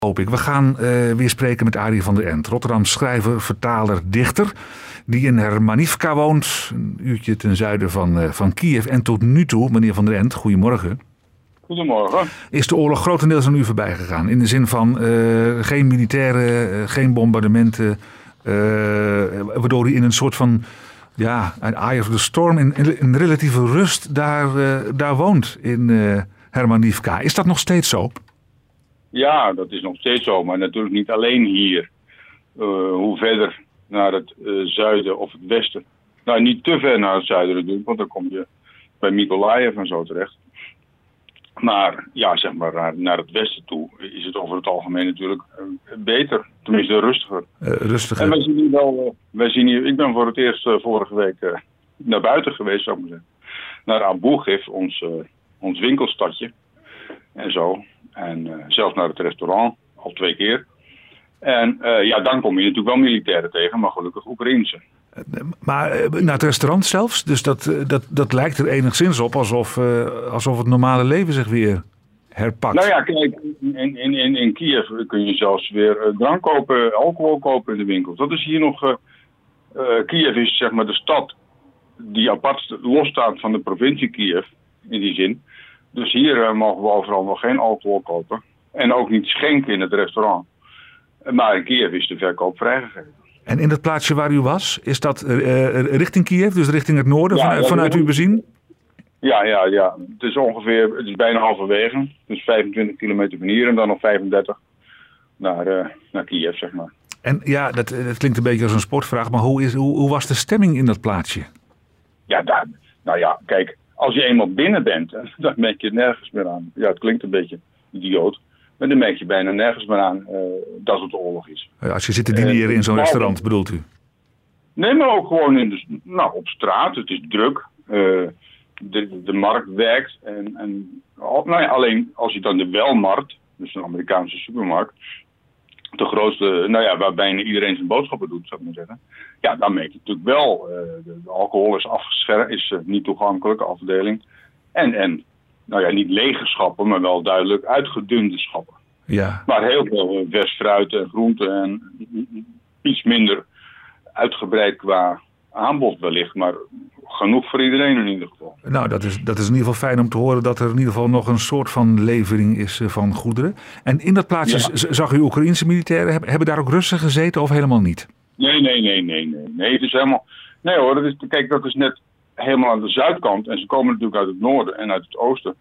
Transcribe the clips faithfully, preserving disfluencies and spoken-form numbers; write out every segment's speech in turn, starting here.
Hoop ik. We gaan uh, weer spreken met Arie van der End, Rotterdams schrijver, vertaler, dichter, die in Hermanivka woont, een uurtje ten zuiden van, uh, van Kiev. En tot nu toe, meneer van der End, goedemorgen. Goedemorgen. Is de oorlog grotendeels aan u voorbij gegaan? In de zin van uh, geen militairen, uh, geen bombardementen, uh, waardoor u in een soort van, ja, een eye of the storm, in, in, in relatieve rust daar, uh, daar woont in uh, Hermanivka. Is dat nog steeds zo? Ja, dat is nog steeds zo, maar natuurlijk niet alleen hier. Uh, hoe verder naar het uh, zuiden of het westen. Nou, niet te ver naar het zuiden natuurlijk, want dan kom je bij Mykolaiv en zo terecht. Maar ja, zeg maar naar, naar het westen toe is het over het algemeen natuurlijk uh, beter. Tenminste rustiger. Uh, rustiger. En wij zien hier wel, uh, wij zien hier, ik ben voor het eerst uh, vorige week uh, naar buiten geweest, zou ik maar zeggen. Naar Abugiv, ons, uh, ons winkelstadje en zo. En uh, zelfs naar het restaurant, al twee keer. En uh, ja, dan kom je natuurlijk wel militairen tegen, maar gelukkig Oekraïense. Maar uh, naar het restaurant zelfs? Dus dat, uh, dat, dat lijkt er enigszins op alsof, uh, alsof het normale leven zich weer herpakt. Nou ja, kijk, in, in, in, in Kiev kun je zelfs weer uh, drank kopen, alcohol kopen in de winkel. Dat is hier nog... Uh, uh, Kiev is zeg maar de stad die apart losstaat van de provincie Kiev, in die zin. Dus hier uh, mogen we overal nog geen alcohol kopen. En ook niet schenken in het restaurant. Maar in Kiev is de verkoop vrijgegeven. En in dat plaatsje waar u was, is dat uh, richting Kiev, dus richting het noorden, ja, van, ja, vanuit uw bezien? Ja, ja, ja. Het is ongeveer, het is bijna halverwege. Dus vijfentwintig kilometer van hier en dan nog vijfendertig naar, uh, naar Kiev, zeg maar. En ja, dat, dat klinkt een beetje als een sportvraag, maar hoe, is, hoe, hoe was de stemming in dat plaatsje? Ja, daar, nou ja, kijk, als je eenmaal binnen bent, dan merk je het nergens meer aan. Ja, het klinkt een beetje idioot. Maar dan merk je bijna nergens meer aan uh, dat het oorlog is. Als je zit te dineren uh, in zo'n restaurant, bedoelt u? Nee, maar ook gewoon in de, nou, op straat. Het is druk. Uh, de, de markt werkt. En, en, nou ja, alleen als je dan de Welmarkt, dus een Amerikaanse supermarkt, de grootste, nou ja, waar bijna iedereen zijn boodschappen doet, zou ik maar zeggen. Ja, dan merk je natuurlijk wel. Uh, de, de alcohol is afgeschermd, is uh, niet toegankelijk, afdeling. En, en nou ja, niet lege schappen, maar wel duidelijk uitgedunde schappen. Ja. Maar heel veel vers fruit en groenten en iets minder uitgebreid qua aanbod wellicht, maar genoeg voor iedereen in ieder geval. Nou, dat is, dat is in ieder geval fijn om te horen dat er in ieder geval nog een soort van levering is van goederen. En in dat plaatsje ja. zag u Oekraïense militairen, hebben, hebben daar ook Russen gezeten of helemaal niet? Nee, nee, nee, nee, nee. Nee, het is helemaal... Nee hoor, dat is, kijk, dat is net helemaal aan de zuidkant. En ze komen natuurlijk uit het noorden en uit het oosten.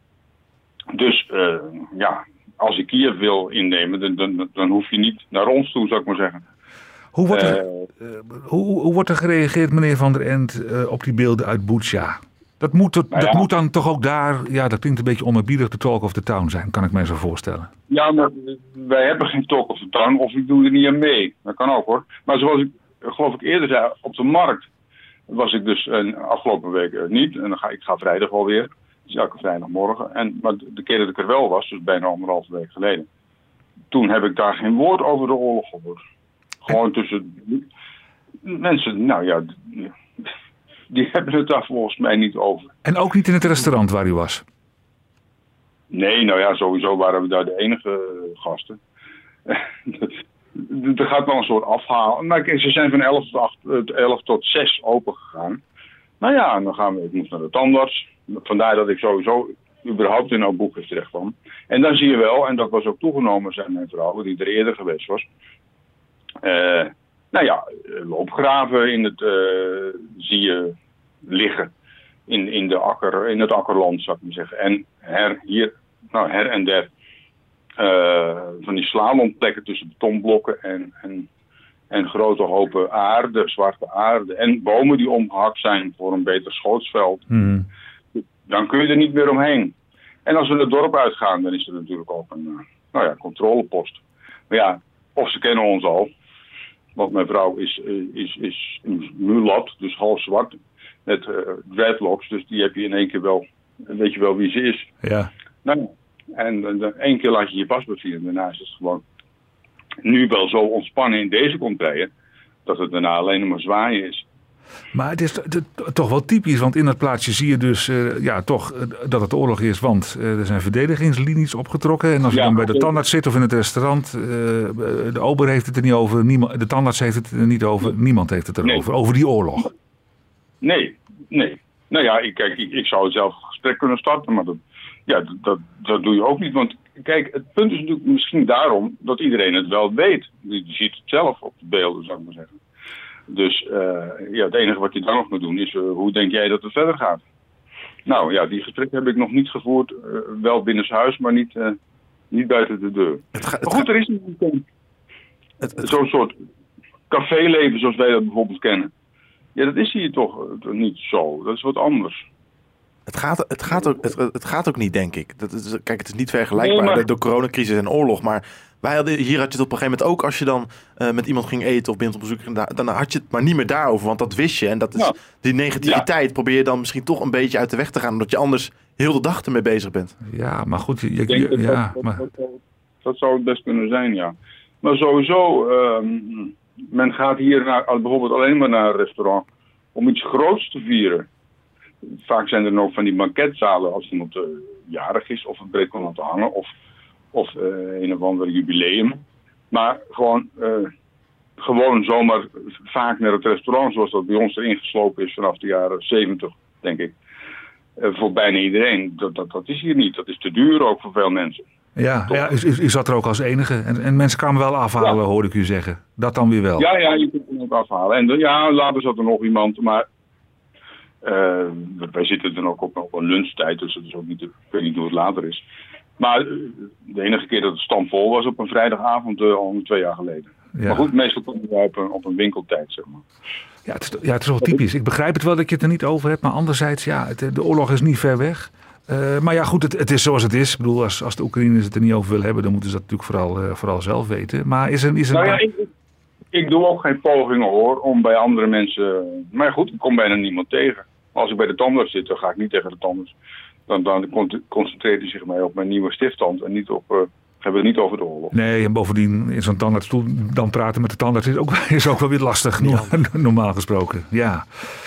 Dus uh, ja, als ik Kiev wil innemen, dan, dan, dan hoef je niet naar ons toe, zou ik maar zeggen. Hoe wordt er, uh, uh, hoe, hoe wordt er gereageerd, meneer Van der End, uh, op die beelden uit Butsja? Dat moet, dat, nou ja. dat moet dan toch ook daar, ja, dat klinkt een beetje onerbiedig, de talk of the town zijn, kan ik mij zo voorstellen. Ja, maar wij hebben geen talk of the town, of ik doe er niet aan mee. Dat kan ook hoor. Maar zoals ik, geloof ik eerder zei, op de markt was ik dus uh, afgelopen week uh, niet. En dan ga ik ga vrijdag wel weer. Dus elke vrijdagmorgen. En, maar de keer dat ik er wel was, dus bijna anderhalve week geleden. Toen heb ik daar geen woord over de oorlog gehoord. Gewoon tussen mensen, nou ja, die, die hebben het daar volgens mij niet over. En ook niet in het restaurant waar u was? Nee, nou ja, sowieso waren we daar de enige gasten. Er gaat wel een soort afhaal. Maar kijk, ze zijn van elf tot, acht, elf tot zes open gegaan. Nou ja, en dan gaan we, ik moest naar de tandarts. Vandaar dat ik sowieso überhaupt in Abugiv terecht kwam. En dan zie je wel, en dat was ook toegenomen, zei mijn vrouw, die er eerder geweest was. Uh, nou ja, loopgraven in het, uh, zie je liggen in, in, de akker, in het akkerland, zou ik maar zeggen. En her, hier, nou, her en der uh, van die slalomplekken tussen betonblokken en, en, en grote hopen aarde, zwarte aarde. En bomen die omgehakt zijn voor een beter schootsveld. Hmm. Dan kun je er niet meer omheen. En als we het dorp uitgaan, dan is er natuurlijk ook een uh, nou ja, controlepost. Maar ja, of ze kennen ons al. Want mijn vrouw is, is, is een mulat, dus half zwart. Met uh, dreadlocks, dus die heb je in één keer wel, weet je wel wie ze is. Ja. Nou, en uh, één keer laat je je paspoort zien en daarna is het gewoon nu wel zo ontspannen in deze contraien, dat het daarna alleen maar zwaaien is. Maar het is t- t- toch wel typisch, want in dat plaatsje zie je dus uh, ja, toch uh, dat het oorlog is. Want uh, er zijn verdedigingslinies opgetrokken. En als je ja, dan bij de tandarts zit of in het restaurant, uh, de ober heeft het er niet over, niemand, de tandarts heeft het er niet over, niemand heeft het erover, nee. over die oorlog. Nee, nee. Nou ja, ik, kijk, ik, ik zou het zelf een gesprek kunnen starten, maar dat, ja, dat, dat, dat doe je ook niet. Want kijk, het punt is natuurlijk misschien daarom dat iedereen het wel weet. Je ziet het zelf op de beelden, zou ik maar zeggen. Dus uh, ja, het enige wat je dan nog moet doen is, uh, hoe denk jij dat het verder gaat? Nou ja, die gesprekken heb ik nog niet gevoerd. Uh, wel binnenshuis, maar niet, uh, niet buiten de deur. Het ga, het maar goed, ga... er is een, zo'n soort caféleven zoals wij dat bijvoorbeeld kennen. Ja, dat is hier toch uh, niet zo. Dat is wat anders. Het gaat, het, gaat ook, het, het gaat ook niet, denk ik. Dat is, kijk, het is niet vergelijkbaar nee, maar... door coronacrisis en oorlog. Maar wij hadden, hier had je het op een gegeven moment ook als je dan uh, met iemand ging eten of binnen op bezoek ging. Dan had je het maar niet meer daarover, want dat wist je. En dat is, ja. die negativiteit ja. probeer je dan misschien toch een beetje uit de weg te gaan. Omdat je anders heel de dag ermee bezig bent. Ja, maar goed. Je, je, ik denk je, dat, ja, dat, maar... dat, dat, dat zou het best kunnen zijn, ja. Maar sowieso, um, men gaat hier naar, bijvoorbeeld alleen maar naar een restaurant om iets groots te vieren. Vaak zijn er nog van die banketzalen als iemand uh, jarig is of een breed komt aan te hangen of, of uh, een of ander jubileum. Maar gewoon, uh, gewoon zomaar vaak naar het restaurant zoals dat bij ons erin geslopen is vanaf de jaren zeventig, denk ik. Uh, voor bijna iedereen. Dat, dat, dat is hier niet. Dat is te duur ook voor veel mensen. Ja, ja u, u zat er ook als enige. En, en mensen kwamen wel afhalen, ja. hoorde ik u zeggen. Dat dan weer wel. Ja, ja, je kunt hem ook afhalen. En ja, later zat er nog iemand, maar... Uh, wij zitten dan ook op, op een lunchtijd, dus dat is ook niet, ik weet niet hoe het later is. Maar uh, de enige keer dat het stampvol was op een vrijdagavond, uh, al twee jaar geleden. Ja. Maar goed, meestal komen we op een, op een winkeltijd, zeg maar. Ja het, is, ja, het is wel typisch. Ik begrijp het wel dat je het er niet over hebt, maar anderzijds, ja, het, de oorlog is niet ver weg. Uh, maar ja, goed, het, het is zoals het is. Ik bedoel, als, als de Oekraïners het er niet over willen hebben, dan moeten ze dat natuurlijk vooral, uh, vooral zelf weten. Maar is er... Is er nou ja, ik, ik doe ook geen pogingen hoor, om bij andere mensen... Maar goed, ik kom bijna niemand tegen. Als ik bij de tandarts zit, dan ga ik niet tegen de tandarts. Dan, dan concentreert hij zich mij op mijn nieuwe stifttand en niet op... Uh, hebben we het niet over de oorlog. Nee, en bovendien in zo'n tandartsstoel dan praten met de tandarts is ook, is ook wel weer lastig, ja. normaal gesproken. Ja,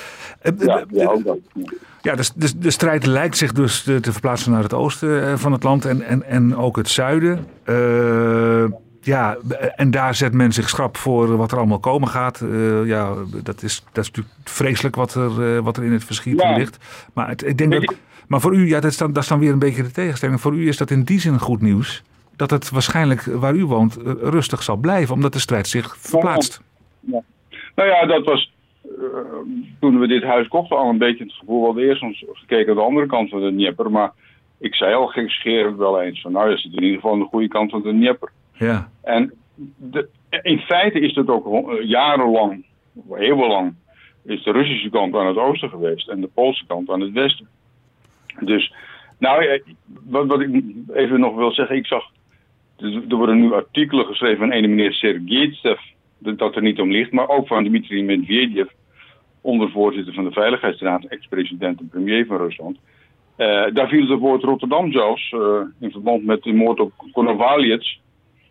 ja, ja ook dat. Ja, de, de, de strijd lijkt zich dus te, te verplaatsen naar het oosten van het land en, en, en ook het zuiden. Uh, ja, en daar zet men zich schrap voor wat er allemaal komen gaat. Uh, ja, dat is, dat is natuurlijk vreselijk wat er, uh, wat er in het verschiet ja. ligt. Maar het, ik denk dat, maar voor u, ja, dat is, dan, dat is dan weer een beetje de tegenstelling. Voor u is dat in die zin goed nieuws. Dat het waarschijnlijk waar u woont rustig zal blijven, omdat de strijd zich verplaatst. Ja. Nou ja, dat was uh, toen we dit huis kochten al een beetje het gevoel. We hadden eerst ons gekeken aan de andere kant van de Dnieper. Maar ik zei al gekscherend wel eens van nou, je zit in ieder geval aan de goede kant van de Dnieper. Ja. En de, in feite is het ook uh, jarenlang, heel lang, is de Russische kant aan het oosten geweest en de Poolse kant aan het westen. Dus, nou, wat, wat ik even nog wil zeggen, ik zag, er worden nu artikelen geschreven van een meneer Sergeitsev, dat er niet om ligt, maar ook van Dmitri Medvedev, ondervoorzitter van de Veiligheidsraad, ex-president en premier van Rusland. Uh, daar viel het woord Rotterdam zelfs, uh, in verband met de moord op Konovalets,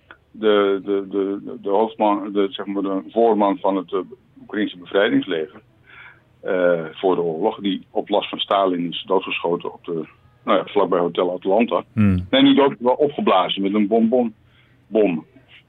de, de, de, de hoofdman, de, zeg maar de voorman van het uh, Oekraïnse bevrijdingsleger, uh, voor de oorlog, die op last van Stalin is doodgeschoten op de, nou ja, vlakbij Hotel Atlanta. Hmm. Nee, niet dood, wel opgeblazen met een bonbon. Bom.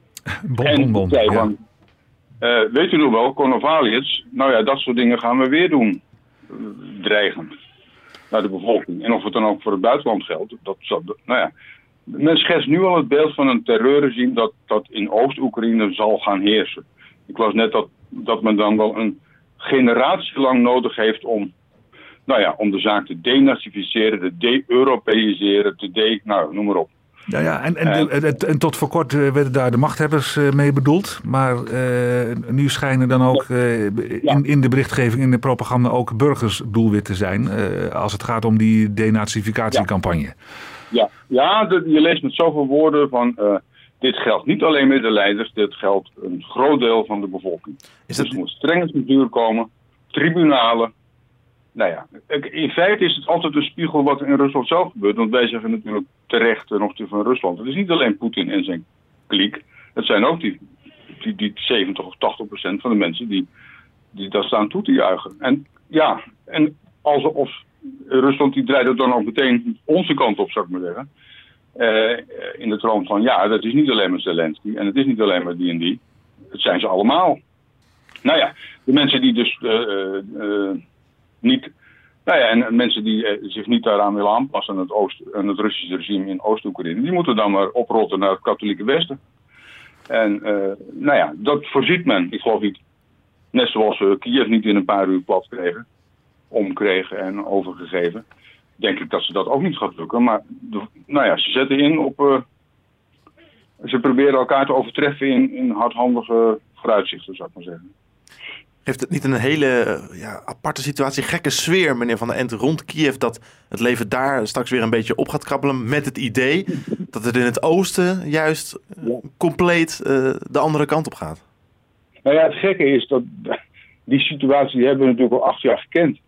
Bom, bom, ja. Van, uh, weet u nog wel, Konovalets, nou ja, dat soort dingen gaan we weer doen. Uh, dreigend. Naar de bevolking. En of het dan ook voor het buitenland geldt, dat, dat, nou ja. Men schetst nu al het beeld van een terreurregime dat, dat in Oost-Oekraïne zal gaan heersen. Ik las net dat, dat men dan wel een generatie lang nodig heeft om, nou ja, om de zaak te denazificeren, te de-Europeïseren, te de... nou, noem maar op. Ja, ja en, en, en, en, en tot voor kort werden daar de machthebbers uh, mee bedoeld. Maar uh, nu schijnen dan ook uh, in, in de berichtgeving, in de propaganda ook burgers doelwit te zijn. Uh, als het gaat om die denazificatiecampagne. Ja. Ja, ja de, je leest met zoveel woorden van uh, dit geldt niet alleen met de leiders, dit geldt een groot deel van de bevolking. Is dat... Dus er moet strenge censuur komen, tribunalen. Nou ja, in feite is het altijd een spiegel wat in Rusland zelf gebeurt. Want wij zeggen natuurlijk terecht ten opzichte van Rusland. Het is niet alleen Poetin en zijn kliek. Het zijn ook die, die, die zeventig of tachtig procent van de mensen die die daar staan toe te juichen. En ja, en alsof Rusland die draait het dan ook meteen onze kant op, zou ik maar zeggen. Uh, in de trant van ja, dat is niet alleen maar Zelensky en het is niet alleen maar die en die. Het zijn ze allemaal. Nou ja, de mensen die dus uh, uh, niet... Nou ja, en mensen die uh, zich niet daaraan willen aanpassen aan het, Oost, aan het Russische regime in Oost-Oekraïne, die moeten dan maar oprotten naar het katholieke Westen. En uh, nou ja, dat voorziet men. Ik geloof niet, net zoals uh, Kiev niet in een paar uur plat kregen, omkregen en overgegeven, denk ik dat ze dat ook niet gaat lukken. Maar de, nou ja, ze zetten in op... Uh, ze proberen elkaar te overtreffen in, in hardhandige vooruitzichten, zou ik maar zeggen. Heeft het niet een hele ja, aparte situatie, gekke sfeer, meneer Van der Ent, rond Kiev, dat het leven daar straks weer een beetje op gaat krabbelen met het idee dat het in het oosten juist uh, compleet uh, de andere kant op gaat? Nou ja, het gekke is dat die situatie die hebben we natuurlijk al acht jaar gekend.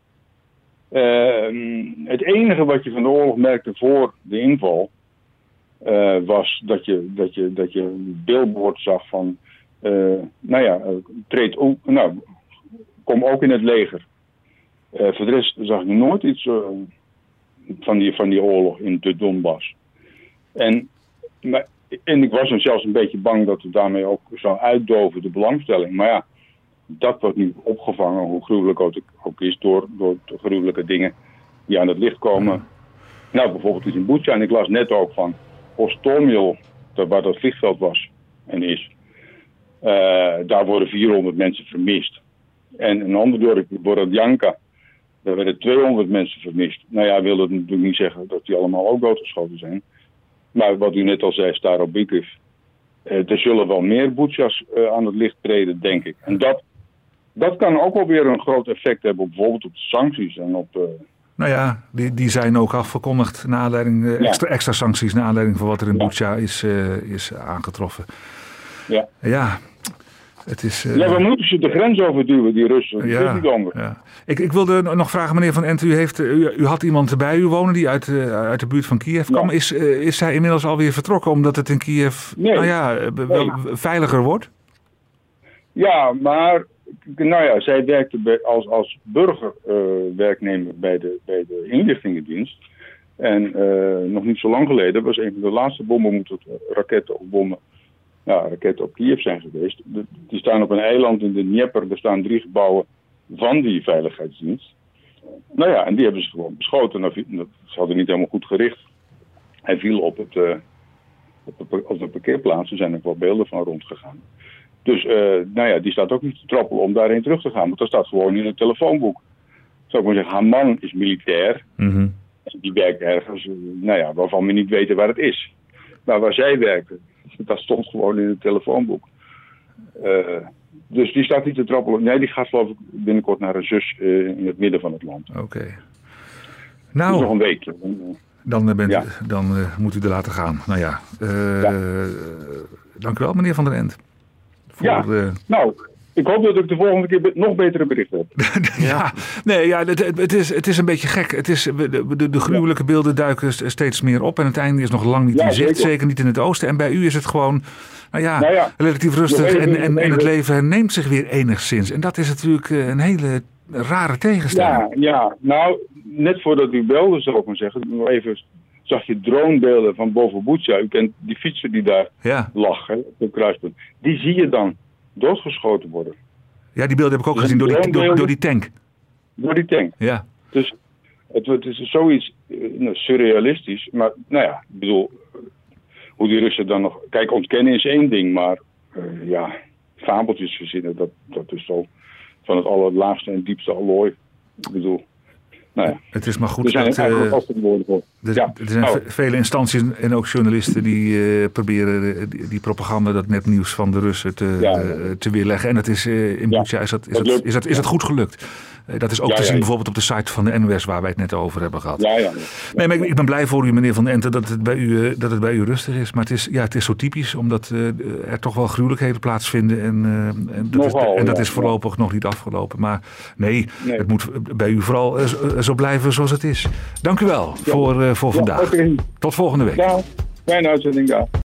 Uh, het enige wat je van de oorlog merkte voor de inval uh, was dat je, dat je, dat je een billboard zag van, uh, nou ja, uh, treed ook, nou, kom ook in het leger. Uh, voor de rest zag ik nooit iets uh, van, die, van die oorlog in de Donbass. En, maar, en ik was dan zelfs een beetje bang dat het daarmee ook zou uitdoven, de belangstelling. Maar ja, dat wordt niet opgevangen, hoe gruwelijk het ook is, door, door de gruwelijke dingen die aan het licht komen. Nou, bijvoorbeeld in Bucha, en ik las net ook van Hostomel, waar dat vliegveld was en is. Uh, daar worden vierhonderd mensen vermist. En een ander dorp, Borodjanka, daar werden tweehonderd mensen vermist. Nou ja, wil dat natuurlijk niet zeggen dat die allemaal ook doodgeschoten zijn. Maar wat u net al zei, Starobikiv, uh, er zullen wel meer Buchas uh, aan het licht treden, denk ik. En dat, dat kan ook wel weer een groot effect hebben, op, bijvoorbeeld op de sancties en op... Uh, Nou ja, die, die zijn ook afgekondigd naar aanleiding, uh, extra, ja. extra sancties naar aanleiding van wat er in ja. Bucha is, uh, is aangetroffen. Ja. Ja. Het is, uh... ja, we moeten ze de grens overduwen, die Russen. Ja, dat is niet anders. Ja. Ik, ik wilde nog vragen, meneer Van Ent, u, heeft, u, u had iemand bij u wonen die uit, uh, uit de buurt van Kiev kwam. Ja. Is, uh, is zij inmiddels alweer vertrokken omdat het in Kiev nee. nou ja, b- wel nee. veiliger wordt? Ja, maar nou ja, zij werkte bij, als, als burgerwerknemer uh, bij, de, bij de inlichtingendienst. En uh, nog niet zo lang geleden was een van de laatste bommen, moet het uh, raketten of bommen, ja, raketten op Kiev zijn geweest. De, die staan op een eiland in de Dnieper. Er staan drie gebouwen van die veiligheidsdienst. Nou ja, en die hebben ze gewoon beschoten. Dat, ze hadden niet helemaal goed gericht. Hij viel op, het, uh, op, de, op de parkeerplaats. Er zijn ook wel beelden van rondgegaan. Dus, uh, nou ja, die staat ook niet te trappelen om daarheen terug te gaan. Want dat staat gewoon in het telefoonboek. Zou ik maar zeggen, haar man is militair. Mm-hmm. Die werkt ergens, uh, nou ja, waarvan we niet weten waar het is. Maar waar zij werkte, dat stond gewoon in het telefoonboek. Uh, dus die staat niet te trappelen. Nee, die gaat geloof ik binnenkort naar een zus uh, in het midden van het land. Oké. Okay. Nou, dus nog een week. Dan, bent, ja. dan uh, moet u er laten gaan. Nou ja, uh, ja. Uh, dank u wel, meneer Van der Ent. Voor, ja, uh, nou... Ik hoop dat ik de volgende keer nog betere berichten heb. ja, nee, ja, het, het, is, het is een beetje gek. Het is, de, de, de gruwelijke beelden duiken steeds meer op. En het einde is nog lang niet ja, in zicht. Zeker. zeker niet in het oosten. En bij u is het gewoon nou ja, nou ja, relatief rustig. En, en, en het leven neemt zich weer enigszins. En dat is natuurlijk een hele rare tegenstelling. Ja, ja. Nou, net voordat u belde, zou ik maar zeggen. Nog even zag je dronebeelden van boven Bucha. U kent die fietser die daar ja. lag, hè, op het kruispunt. Die zie je dan doodgeschoten worden. Ja, die beelden heb ik ook gezien door die, door, door die tank. Door die tank. Ja. Dus het, het is zoiets uh, surrealistisch. Maar nou ja, ik bedoel, hoe die Russen dan nog... Kijk, ontkennen is één ding, maar uh, ja, fabeltjes verzinnen, dat, dat is zo van het allerlaagste en diepste allooi. Ik bedoel... Nou ja. Het is maar goed er zijn dat... Uh, voor. Er, ja. er zijn oh. vele instanties en ook journalisten die uh, proberen die, die propaganda, dat nepnieuws van de Russen te, ja, ja. Uh, te weerleggen. En dat is uh, in Bucha ja. is, dat, is, dat, is, dat, is dat goed gelukt. Uh, dat is ook ja, te ja, zien ja. bijvoorbeeld op de site van de N O S waar wij het net over hebben gehad. Ja, ja, ja. Nee, maar ik, ik ben blij voor u, meneer Van Enten, dat het bij u, uh, dat het bij u rustig is. Maar het is, ja, het is zo typisch, omdat uh, er toch wel gruwelijkheden plaatsvinden. En, uh, en dat, Nogal, is, en dat ja, is voorlopig ja. nog niet afgelopen. Maar nee, nee, het moet bij u vooral uh, zo blijven zoals het is. Dank u wel ja. voor, uh, voor vandaag. Ja, okay. Tot volgende week. Ja, fijne uitzending daar.